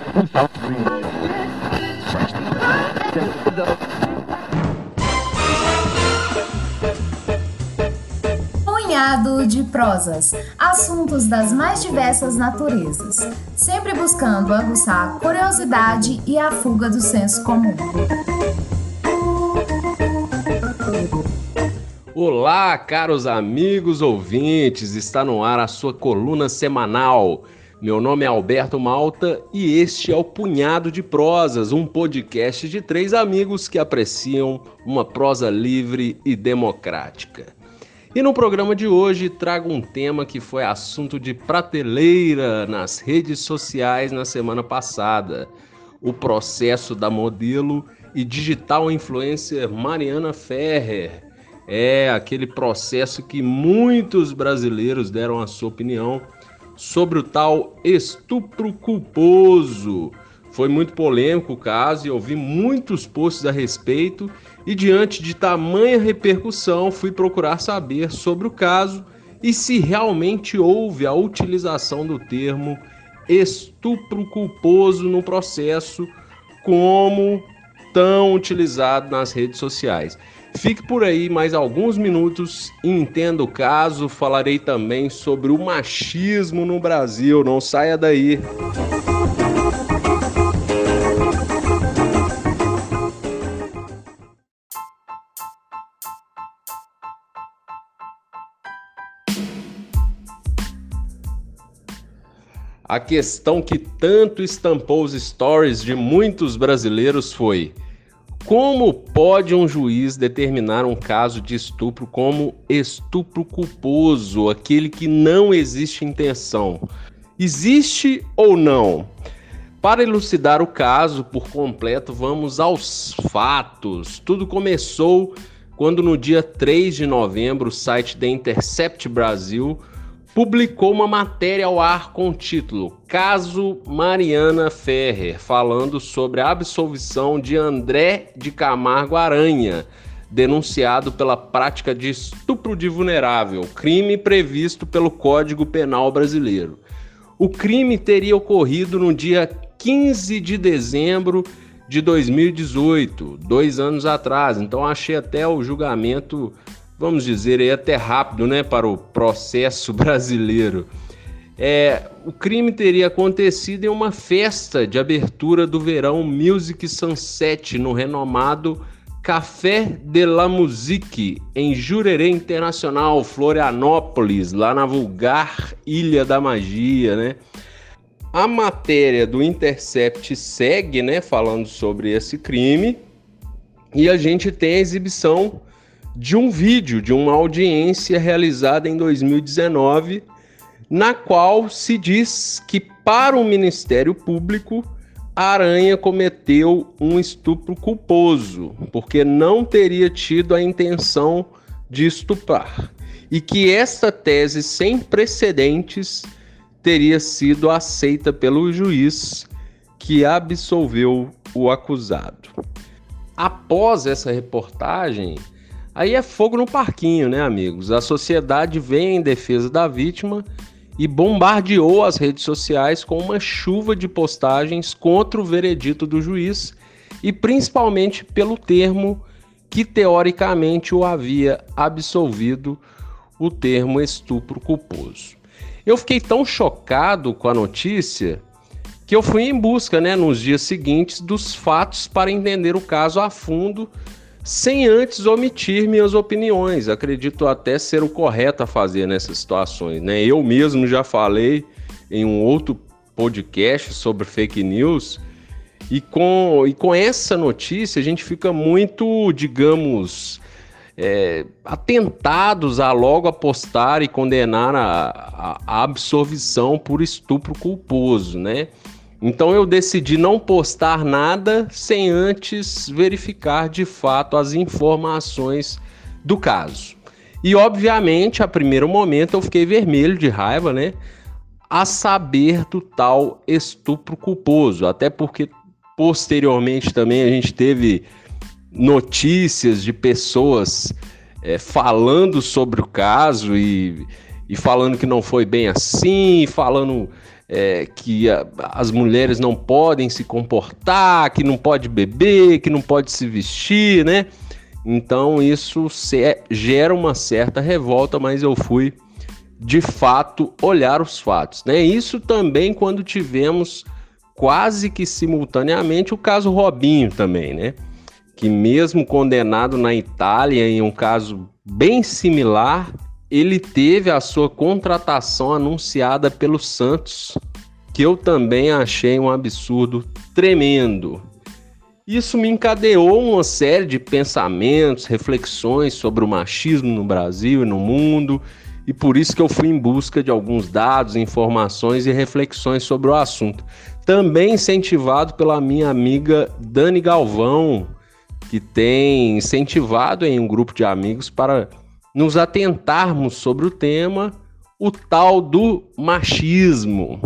Punhado de prosas, assuntos das mais diversas naturezas, sempre buscando aguçar a curiosidade e a fuga do senso comum. Olá, caros amigos ouvintes, está no ar a sua coluna semanal. Meu nome é Alberto Malta e este é o Punhado de Prosas, um podcast de 3 amigos que apreciam uma prosa livre e democrática. E no programa de hoje trago um tema que foi assunto de prateleira nas redes sociais na semana passada: o processo da modelo e digital influencer Mariana Ferrer. É aquele processo que muitos brasileiros deram a sua opinião sobre o tal estupro culposo. Foi muito polêmico o caso e eu vi muitos posts a respeito e, diante de tamanha repercussão, fui procurar saber sobre o caso e se realmente houve a utilização do termo estupro culposo no processo como tão utilizado nas redes sociais. Fique por aí mais alguns minutos e entenda o caso. Falarei também sobre o machismo no Brasil. Não saia daí. A questão que tanto estampou os stories de muitos brasileiros foi: como pode um juiz determinar um caso de estupro como estupro culposo, aquele que não existe intenção? Existe ou não? Para elucidar o caso por completo, vamos aos fatos. Tudo começou quando no dia 3 de novembro o site The Intercept Brasil publicou uma matéria ao ar com o título Caso Mariana Ferrer, falando sobre a absolvição de André de Camargo Aranha, denunciado pela prática de estupro de vulnerável, crime previsto pelo Código Penal brasileiro. O crime teria ocorrido no dia 15 de dezembro de 2018, 2 anos atrás, então achei até o julgamento, vamos dizer, até rápido, né, para o processo brasileiro. O crime teria acontecido em uma festa de abertura do verão Music Sunset no renomado Café de la Musique, em Jurerê Internacional, Florianópolis, lá na vulgar Ilha da Magia, né? A matéria do Intercept segue, né, falando sobre esse crime, e a gente tem a exibição de um vídeo de uma audiência realizada em 2019, na qual se diz que, para o Ministério Público, a Aranha cometeu um estupro culposo, porque não teria tido a intenção de estuprar, e que esta tese sem precedentes teria sido aceita pelo juiz, que absolveu o acusado. Após essa reportagem, aí é fogo no parquinho, né, amigos? A sociedade veio em defesa da vítima e bombardeou as redes sociais com uma chuva de postagens contra o veredito do juiz e principalmente pelo termo que teoricamente o havia absolvido, o termo estupro culposo. Eu fiquei tão chocado com a notícia que eu fui em busca, né, nos dias seguintes, dos fatos para entender o caso a fundo, sem antes omitir minhas opiniões. Acredito até ser o correto a fazer nessas situações, né? Eu mesmo já falei em um outro podcast sobre fake news, e com essa notícia a gente fica muito, digamos, atentados a logo apostar e condenar a absolvição por estupro culposo, né? Então eu decidi não postar nada sem antes verificar de fato as informações do caso. E obviamente, a primeiro momento eu fiquei vermelho de raiva, né? A saber do tal estupro culposo, até porque posteriormente também a gente teve notícias de pessoas falando sobre o caso e falando que não foi bem assim, falando que as mulheres não podem se comportar, que não pode beber, que não pode se vestir, né? Então isso gera uma certa revolta, mas eu fui de fato olhar os fatos, né? Isso também quando tivemos quase que simultaneamente o caso Robinho também, né? Que mesmo condenado na Itália em um caso bem similar, ele teve a sua contratação anunciada pelo Santos, que eu também achei um absurdo tremendo. Isso me encadeou uma série de pensamentos, reflexões sobre o machismo no Brasil e no mundo, e por isso que eu fui em busca de alguns dados, informações e reflexões sobre o assunto. Também incentivado pela minha amiga Dani Galvão, que tem incentivado em um grupo de amigos para nos atentarmos sobre o tema, o tal do machismo.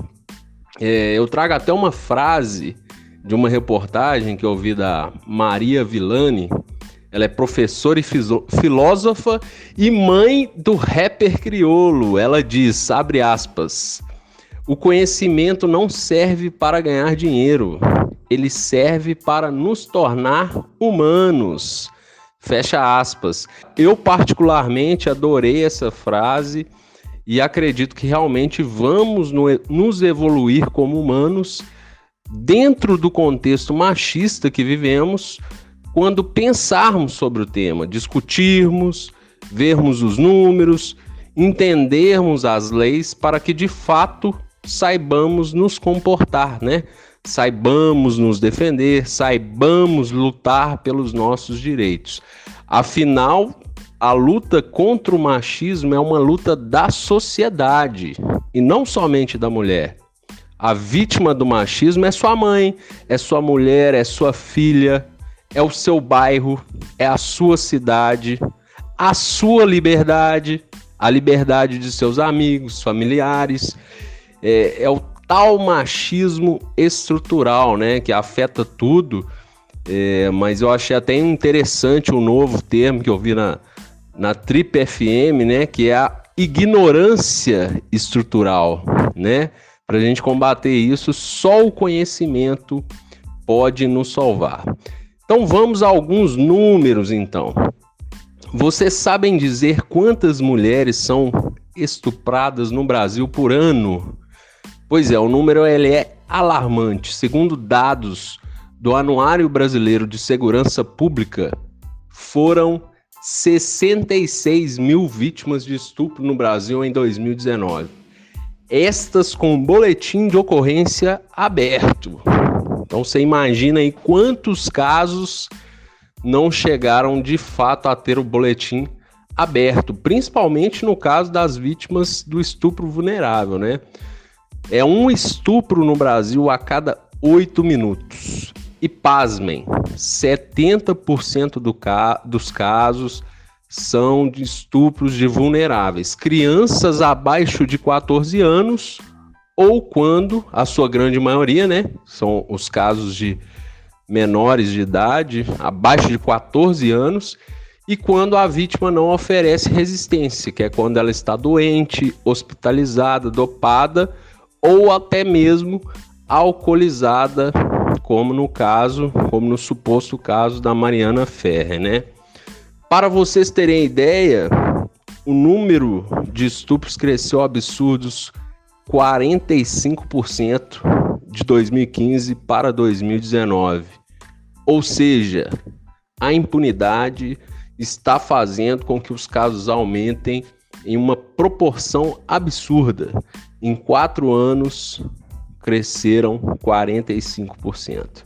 Eu trago até uma frase de uma reportagem que eu vi da Maria Villani. Ela é professora e filósofa e mãe do rapper crioulo. Ela diz, abre aspas, o conhecimento não serve para ganhar dinheiro, ele serve para nos tornar humanos. Fecha aspas. Eu particularmente adorei essa frase e acredito que realmente vamos nos evoluir como humanos dentro do contexto machista que vivemos, quando pensarmos sobre o tema, discutirmos, vermos os números, entendermos as leis para que de fato saibamos nos comportar, né? Saibamos nos defender, saibamos lutar pelos nossos direitos. Afinal, a luta contra o machismo é uma luta da sociedade e não somente da mulher. A vítima do machismo é sua mãe, é sua mulher, é sua filha, é o seu bairro, é a sua cidade, a sua liberdade, a liberdade de seus amigos, familiares. É o tal machismo estrutural, né, que afeta tudo. Mas eu achei até interessante um novo termo que eu vi na Trip FM, né, que é a ignorância estrutural, né? Para a gente combater isso, só o conhecimento pode nos salvar. Então vamos a alguns números, então. Vocês sabem dizer quantas mulheres são estupradas no Brasil por ano? Pois é, o número ele é alarmante. Segundo dados do Anuário Brasileiro de Segurança Pública, foram 66 mil vítimas de estupro no Brasil em 2019. Estas com boletim de ocorrência aberto. Então você imagina aí quantos casos não chegaram de fato a ter o boletim aberto, principalmente no caso das vítimas do estupro vulnerável, né? É um estupro no Brasil a cada 8 minutos. E pasmem, 70% dos casos são de estupros de vulneráveis, crianças abaixo de 14 anos, ou quando, a sua grande maioria, né, são os casos de menores de idade, abaixo de 14 anos, e quando a vítima não oferece resistência, que é quando ela está doente, hospitalizada, dopada, ou até mesmo alcoolizada, como no suposto caso da Mariana Ferrer, né? Para vocês terem ideia, o número de estupros cresceu absurdos 45% de 2015 para 2019. Ou seja, a impunidade está fazendo com que os casos aumentem em uma proporção absurda. Em 4 anos, cresceram 45%.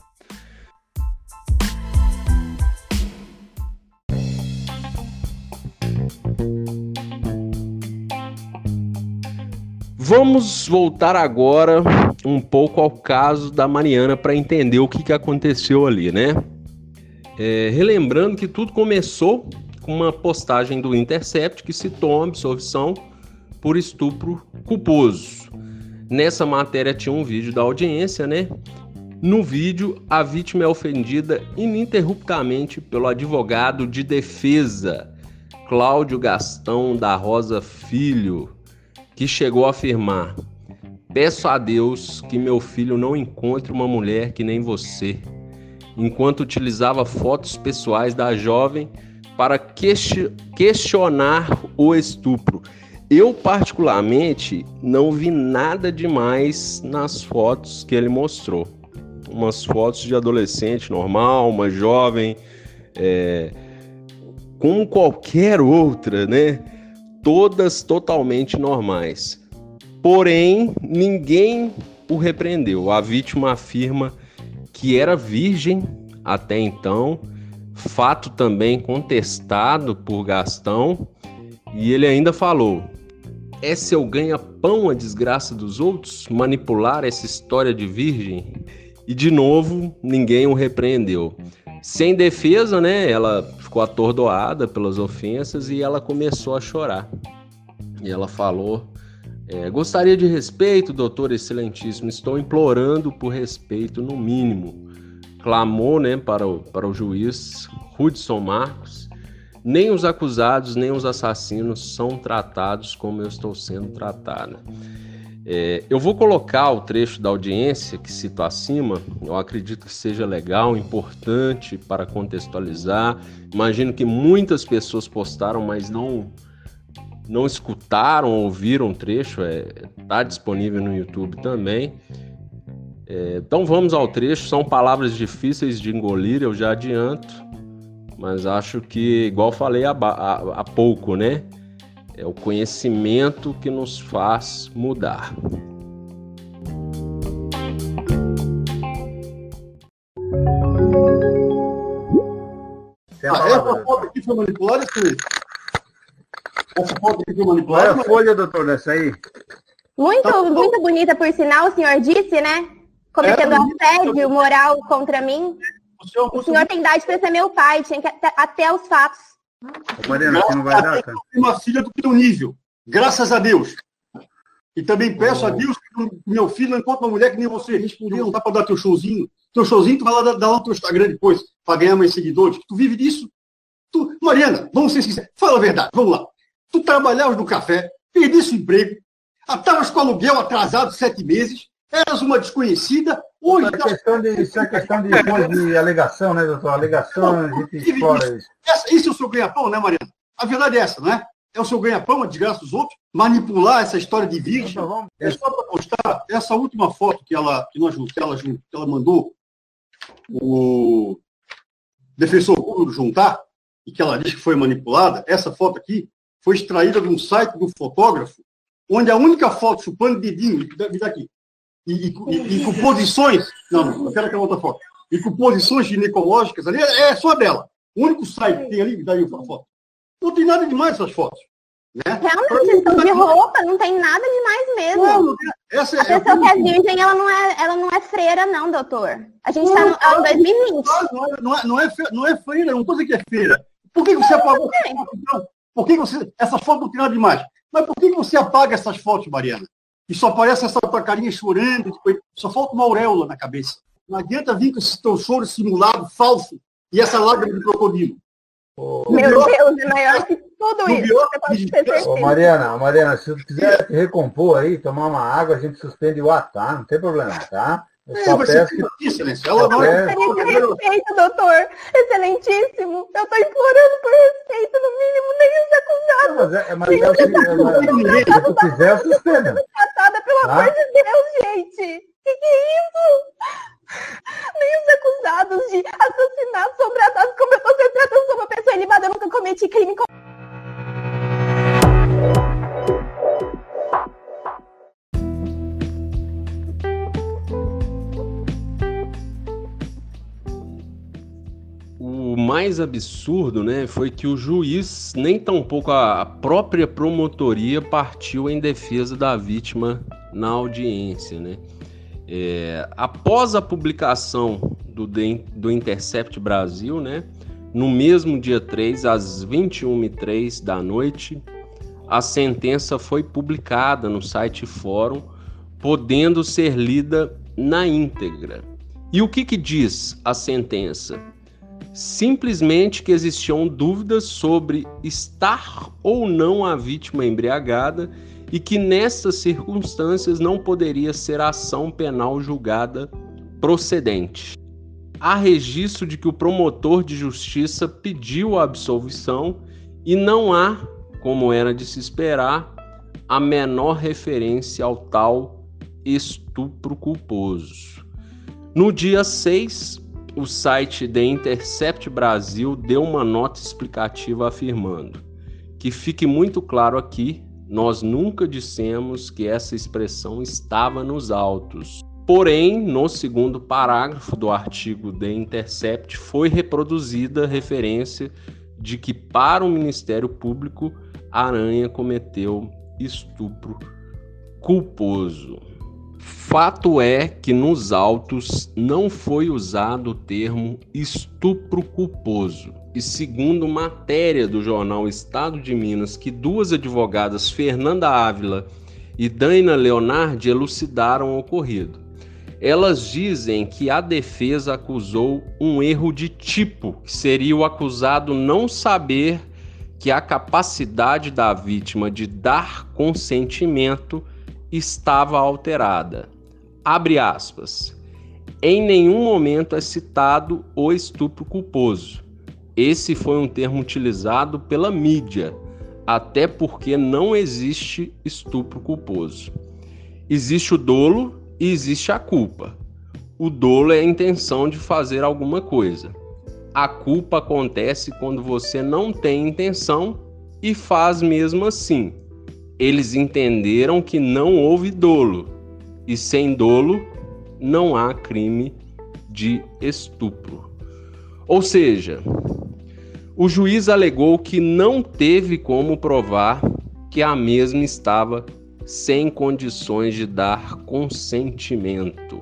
Vamos voltar agora um pouco ao caso da Mariana para entender o que aconteceu ali, né? Relembrando que tudo começou com uma postagem do Intercept que citou uma absolvição por estupro culposo. Nessa matéria tinha um vídeo da audiência, né? No vídeo, a vítima é ofendida ininterruptamente pelo advogado de defesa, Cláudio Gastão da Rosa Filho, que chegou a afirmar: Peço a Deus que meu filho não encontre uma mulher que nem você, enquanto utilizava fotos pessoais da jovem para questionar o estupro. Eu, particularmente, não vi nada demais nas fotos que ele mostrou. Umas fotos de adolescente normal, uma jovem, como qualquer outra, né? Todas totalmente normais. Porém, ninguém o repreendeu. A vítima afirma que era virgem até então, fato também contestado por Gastão, e ele ainda falou: é seu ganha-pão a desgraça dos outros? Manipular essa história de virgem? E de novo, ninguém o repreendeu. Sem defesa, né? Ela ficou atordoada pelas ofensas e ela começou a chorar. E ela falou: gostaria de respeito, doutor excelentíssimo, estou implorando por respeito no mínimo. Clamou, né, para o juiz Hudson Marcos. Nem os acusados, nem os assassinos são tratados como eu estou sendo tratada. Eu vou colocar o trecho da audiência que cito acima. Eu acredito que seja legal, importante para contextualizar. Imagino que muitas pessoas postaram, mas não escutaram, ouviram o trecho. Está disponível no YouTube também. Então vamos ao trecho. São palavras difíceis de engolir, eu já adianto, mas acho que, igual falei há pouco, né? É o conhecimento que nos faz mudar. Essa foto aqui foi manipulada, Suíça? Essa foto aqui foi manipulada? Olha a folha, doutor, dessa aí. Muito bonita, por sinal, o senhor disse, né? Cometendo assédio moral contra mim. O senhor tem idade para ser meu pai, tinha que até os fatos. Mariana, você não vai dar, cara? Uma filha do teu nível, graças a Deus. E também peço a Deus que meu filho não encontre uma mulher que nem você. Não dá para dar teu showzinho. Teu showzinho tu vai lá dar no teu Instagram depois, para ganhar mais seguidores. Tu vive disso. Mariana, vamos ser sinceros. Fala a verdade, vamos lá. Tu trabalhavas no café, perdiste o emprego, estavas com aluguel atrasado 7 meses, eras uma desconhecida. Hoje, isso é questão de alegação, né, doutor? Alegação, a gente explora isso. Isso é o seu ganha-pão, né, Mariana? A verdade é essa, não é? É o seu ganha-pão, a desgraça dos outros, manipular essa história de virgem. É só para postar essa última foto que ela mandou o defensor público juntar, e que ela diz que foi manipulada. Essa foto aqui foi extraída de um site do fotógrafo, onde a única foto chupando dedinho, me dá aqui, e com posições. Não, eu quero aquela outra foto. E com posições ginecológicas ali, é só dela. O único site que tem ali, daí a foto. Não tem nada demais essas fotos. Né? Realmente, estão de roupa, não tem nada demais mesmo. Não, a pessoa que é virgem, ela não é freira, não, doutor. A gente está em 2020. Não é freira, não coisa que é feira. Por que você apagou essa foto, então? Por que essa foto não tem nada demais? Mas por que você apaga essas fotos, Mariana? E só aparece essa tua carinha chorando, só falta uma auréola na cabeça. Não adianta vir com esse teu choro simulado, falso, e essa lágrima de crocodilo. Meu Deus, é maior que tudo isso. Você pode ter certeza. Mariana, se você quiser recompor aí, tomar uma água, a gente suspende o ato, tá? Não tem problema, tá? Eu só peço que... Excelência. Ela não é... Respeito, doutor. Excelentíssimo. Eu estou implorando por respeito, no mínimo, nem os acusados. Se tu quiser, eu suspendo. Tratada, pelo amor de Deus, gente. Que é isso? Nem os acusados de assassinato sobreatados, como eu estou sendo tratando, sou uma pessoa ilibada, eu nunca cometi crime. O mais absurdo, né, foi que o juiz, nem tampouco a própria promotoria, partiu em defesa da vítima na audiência, né? Após a publicação do Intercept Brasil, né, no mesmo dia 3, às 21h03 da noite, a sentença foi publicada no site Fórum, podendo ser lida na íntegra. E o que diz a sentença? Simplesmente que existiam dúvidas sobre estar ou não a vítima embriagada e que nessas circunstâncias não poderia ser ação penal julgada procedente. Há registro de que o promotor de justiça pediu a absolvição e não há, como era de se esperar, a menor referência ao tal estupro culposo. No dia 6, o site The Intercept Brasil deu uma nota explicativa afirmando que fique muito claro aqui, nós nunca dissemos que essa expressão estava nos autos. Porém, no segundo parágrafo do artigo The Intercept foi reproduzida a referência de que para o Ministério Público Aranha cometeu estupro culposo. Fato é que nos autos não foi usado o termo estupro culposo. E segundo matéria do jornal Estado de Minas, que duas advogadas, Fernanda Ávila e Daina Leonardi, elucidaram o ocorrido. Elas dizem que a defesa acusou um erro de tipo, que seria o acusado não saber que a capacidade da vítima de dar consentimento estava alterada. Abre aspas. Em nenhum momento é citado o estupro culposo. Esse foi um termo utilizado pela mídia, até porque não existe estupro culposo. Existe o dolo e existe a culpa. O dolo é a intenção de fazer alguma coisa. A culpa acontece quando você não tem intenção e faz mesmo assim. Eles entenderam que não houve dolo, e sem dolo não há crime de estupro. Ou seja, o juiz alegou que não teve como provar que a mesma estava sem condições de dar consentimento.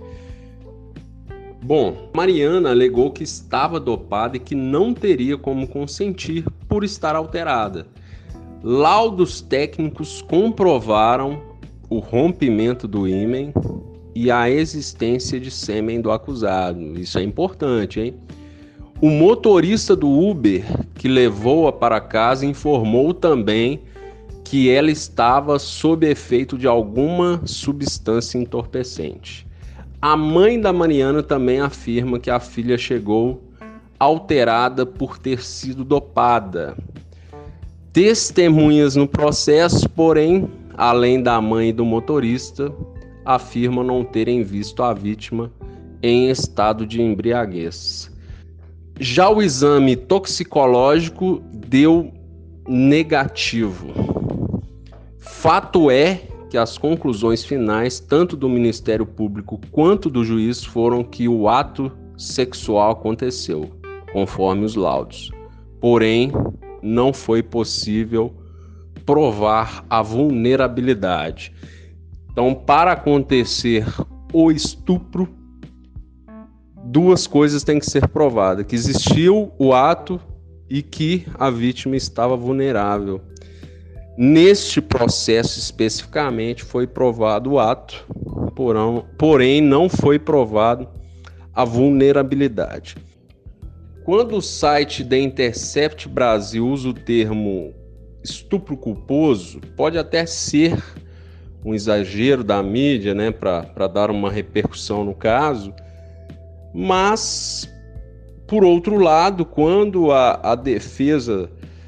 Bom, Mariana alegou que estava dopada e que não teria como consentir por estar alterada. Laudos técnicos comprovaram o rompimento do ímen e a existência de sêmen do acusado. Isso é importante, hein? O motorista do Uber que levou-a para casa informou também que ela estava sob efeito de alguma substância entorpecente. A mãe da Mariana também afirma que a filha chegou alterada por ter sido dopada. Testemunhas no processo, porém, além da mãe e do motorista, afirmam não terem visto a vítima em estado de embriaguez. Já o exame toxicológico deu negativo. Fato é que as conclusões finais, tanto do Ministério Público quanto do juiz, foram que o ato sexual aconteceu, conforme os laudos. Porém, não foi possível provar a vulnerabilidade. Então, para acontecer o estupro, duas coisas têm que ser provadas: que existiu o ato e que a vítima estava vulnerável. Neste processo especificamente foi provado o ato, porém não foi provado a vulnerabilidade. Quando o site The Intercept Brasil usa o termo estupro culposo, pode até ser um exagero da mídia, né, para dar uma repercussão no caso, mas, por outro lado, quando a defesa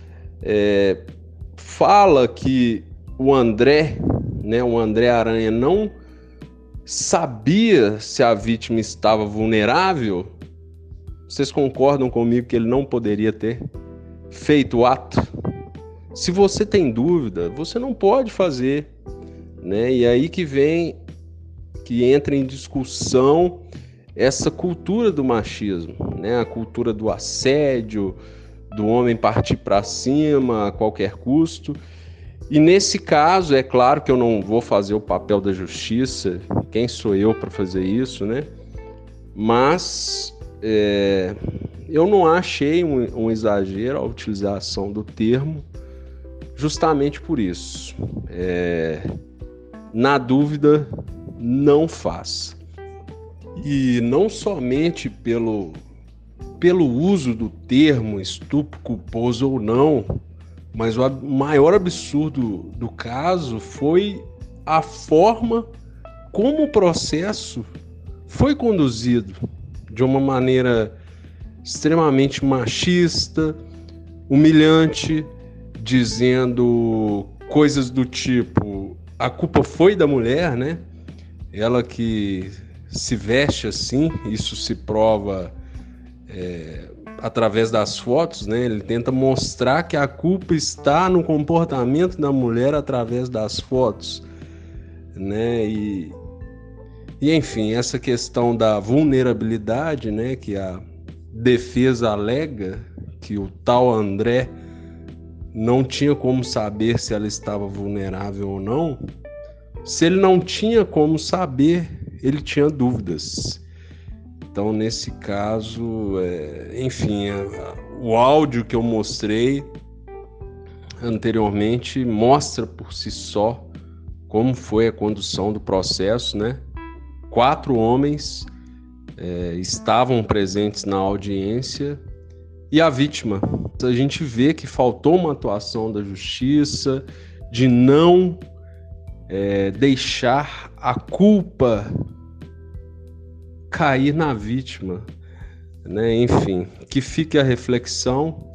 fala que o André Aranha não sabia se a vítima estava vulnerável, vocês concordam comigo que ele não poderia ter feito o ato? Se você tem dúvida, você não pode fazer, né? E aí que entra em discussão essa cultura do machismo, né? A cultura do assédio, do homem partir para cima a qualquer custo. E nesse caso, é claro que eu não vou fazer o papel da justiça, quem sou eu para fazer isso, né? Mas eu não achei um exagero a utilização do termo, justamente por isso. Na dúvida, não faça. E não somente pelo uso do termo estupro culposo ou não, Mas o maior absurdo do caso foi a forma como o processo foi conduzido, de uma maneira extremamente machista, humilhante, dizendo coisas do tipo: a culpa foi da mulher, né? Ela que se veste assim. Isso se prova através das fotos, né? Ele tenta mostrar que a culpa está no comportamento da mulher através das fotos, né? E enfim, essa questão da vulnerabilidade, né, que a defesa alega que o tal André não tinha como saber se ela estava vulnerável ou não. Se ele não tinha como saber, ele tinha dúvidas. Então, nesse caso, enfim, o áudio que eu mostrei anteriormente mostra por si só como foi a condução do processo, né? 4 homens estavam presentes na audiência e a vítima. A gente vê que faltou uma atuação da justiça de não deixar a culpa cair na vítima, né? Enfim, que fique a reflexão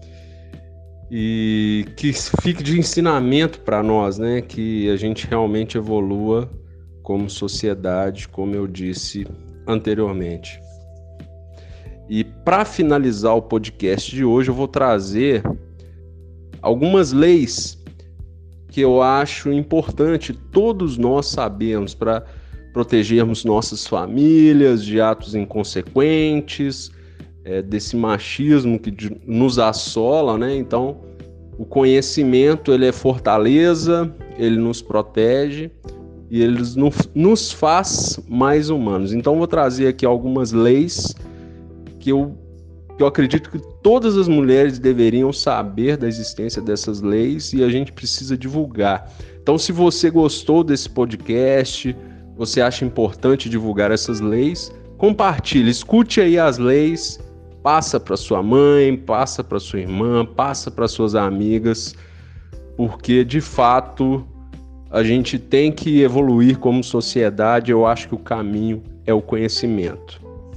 e que fique de ensinamento para nós, né? Que a gente realmente evolua como sociedade, como eu disse anteriormente. E para finalizar o podcast de hoje, eu vou trazer algumas leis que eu acho importante todos nós sabermos para protegermos nossas famílias de atos inconsequentes, desse machismo que nos assola, né? Então, o conhecimento, ele é fortaleza, ele nos protege e ele nos faz mais humanos. Então, vou trazer aqui algumas leis que eu acredito que todas as mulheres deveriam saber da existência dessas leis e a gente precisa divulgar. Então, se você gostou desse podcast, você acha importante divulgar essas leis, compartilhe, escute aí as leis, passa para sua mãe, passa para sua irmã, passa para suas amigas, porque de fato a gente tem que evoluir como sociedade. Eu acho que o caminho é o conhecimento.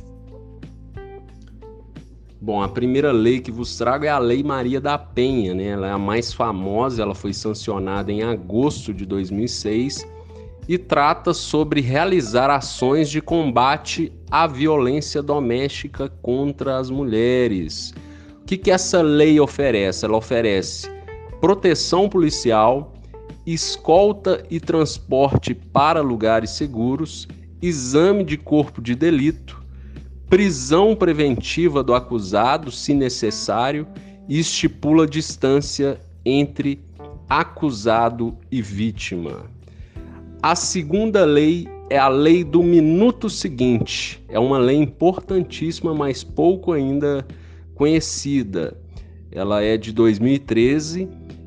Bom, a primeira lei que vos trago é a Lei Maria da Penha, né? Ela é a mais famosa, ela foi sancionada em agosto de 2006 e trata sobre realizar ações de combate à violência doméstica contra as mulheres. O que essa lei oferece? Ela oferece proteção policial, escolta e transporte para lugares seguros, exame de corpo de delito, prisão preventiva do acusado, se necessário, e estipula distância entre acusado e vítima. A segunda lei é a lei do minuto seguinte. É uma lei importantíssima, mas pouco ainda conhecida. Ela é de 2013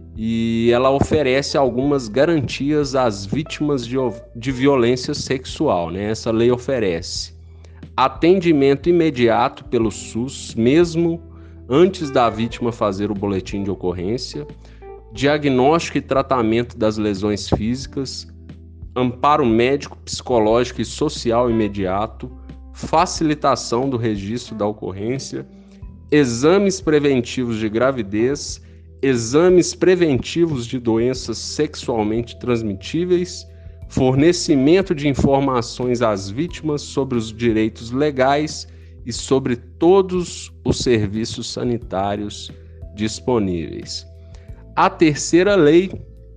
e ela oferece algumas garantias às vítimas de violência sexual, né? Essa lei oferece atendimento imediato pelo SUS, mesmo antes da vítima fazer o boletim de ocorrência, diagnóstico e tratamento das lesões físicas, amparo médico, psicológico e social imediato, facilitação do registro da ocorrência, exames preventivos de gravidez, exames preventivos de doenças sexualmente transmitíveis, fornecimento de informações às vítimas sobre os direitos legais e sobre todos os serviços sanitários disponíveis. A terceira lei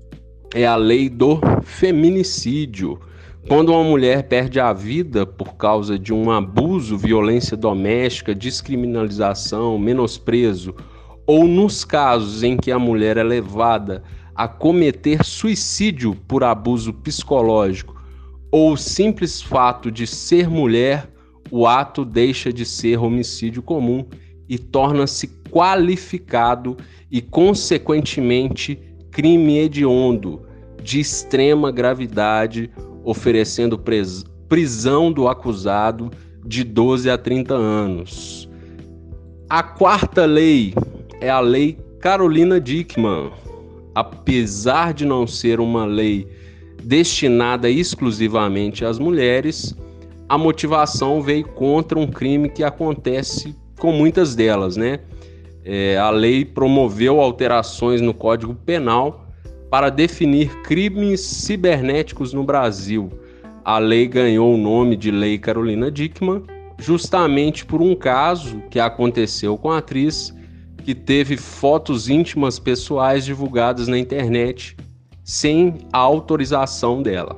é a lei do feminicídio. Quando uma mulher perde a vida por causa de um abuso, violência doméstica, descriminalização, menosprezo, ou nos casos em que a mulher é levada a cometer suicídio por abuso psicológico ou o simples fato de ser mulher, o ato deixa de ser homicídio comum e torna-se qualificado e, consequentemente, crime hediondo de extrema gravidade, oferecendo prisão do acusado de 12 a 30 anos. A quarta lei é a Lei Carolina Dickmann. apesar de não ser uma lei destinada exclusivamente às mulheres, a motivação veio contra um crime que acontece com muitas delas, né? A lei promoveu alterações no Código Penal para definir crimes cibernéticos no Brasil. A lei ganhou o nome de Lei Carolina Dickmann, justamente por um caso que aconteceu com a atriz, que teve fotos íntimas pessoais divulgadas na internet sem a autorização dela.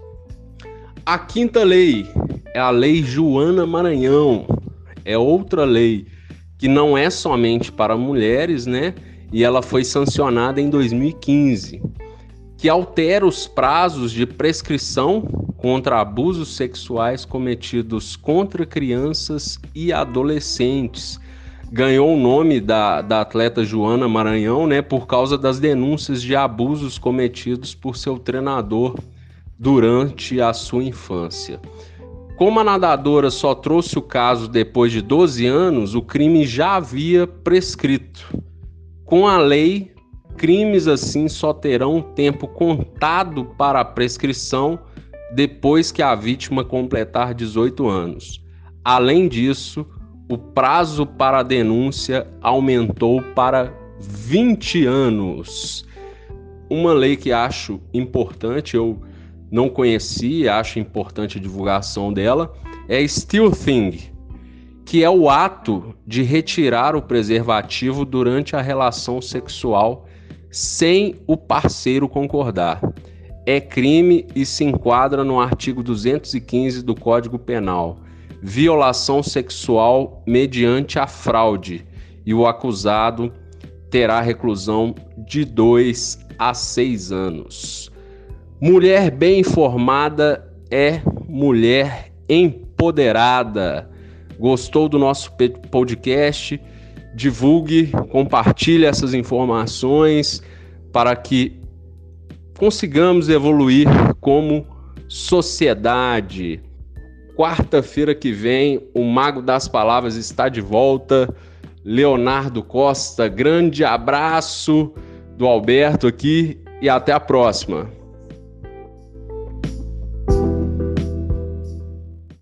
A quinta lei é a Lei Joana Maranhão. É outra lei que não é somente para mulheres, né? E ela foi sancionada em 2015, que altera os prazos de prescrição contra abusos sexuais cometidos contra crianças e adolescentes. Ganhou o nome da atleta Joana Maranhão, né, por causa das denúncias de abusos cometidos por seu treinador durante a sua infância. Como a nadadora só trouxe o caso depois de 12 anos, o crime já havia prescrito. Com a lei, crimes assim só terão tempo contado para a prescrição depois que a vítima completar 18 anos. Além disso, o prazo para a denúncia aumentou para 20 anos. Uma lei que acho importante, eu não conhecia, acho importante a divulgação dela, é stealthing, que é o ato de retirar o preservativo durante a relação sexual sem o parceiro concordar. É crime e se enquadra no artigo 215 do Código Penal. Violação sexual mediante a fraude, e o acusado terá reclusão de 2 a 6 anos. Mulher bem informada é mulher empoderada. Gostou do nosso podcast? Divulgue, compartilhe essas informações para que consigamos evoluir como sociedade. Quarta-feira que vem, o Mago das Palavras está de volta. Leonardo Costa, grande abraço do Alberto aqui e até a próxima.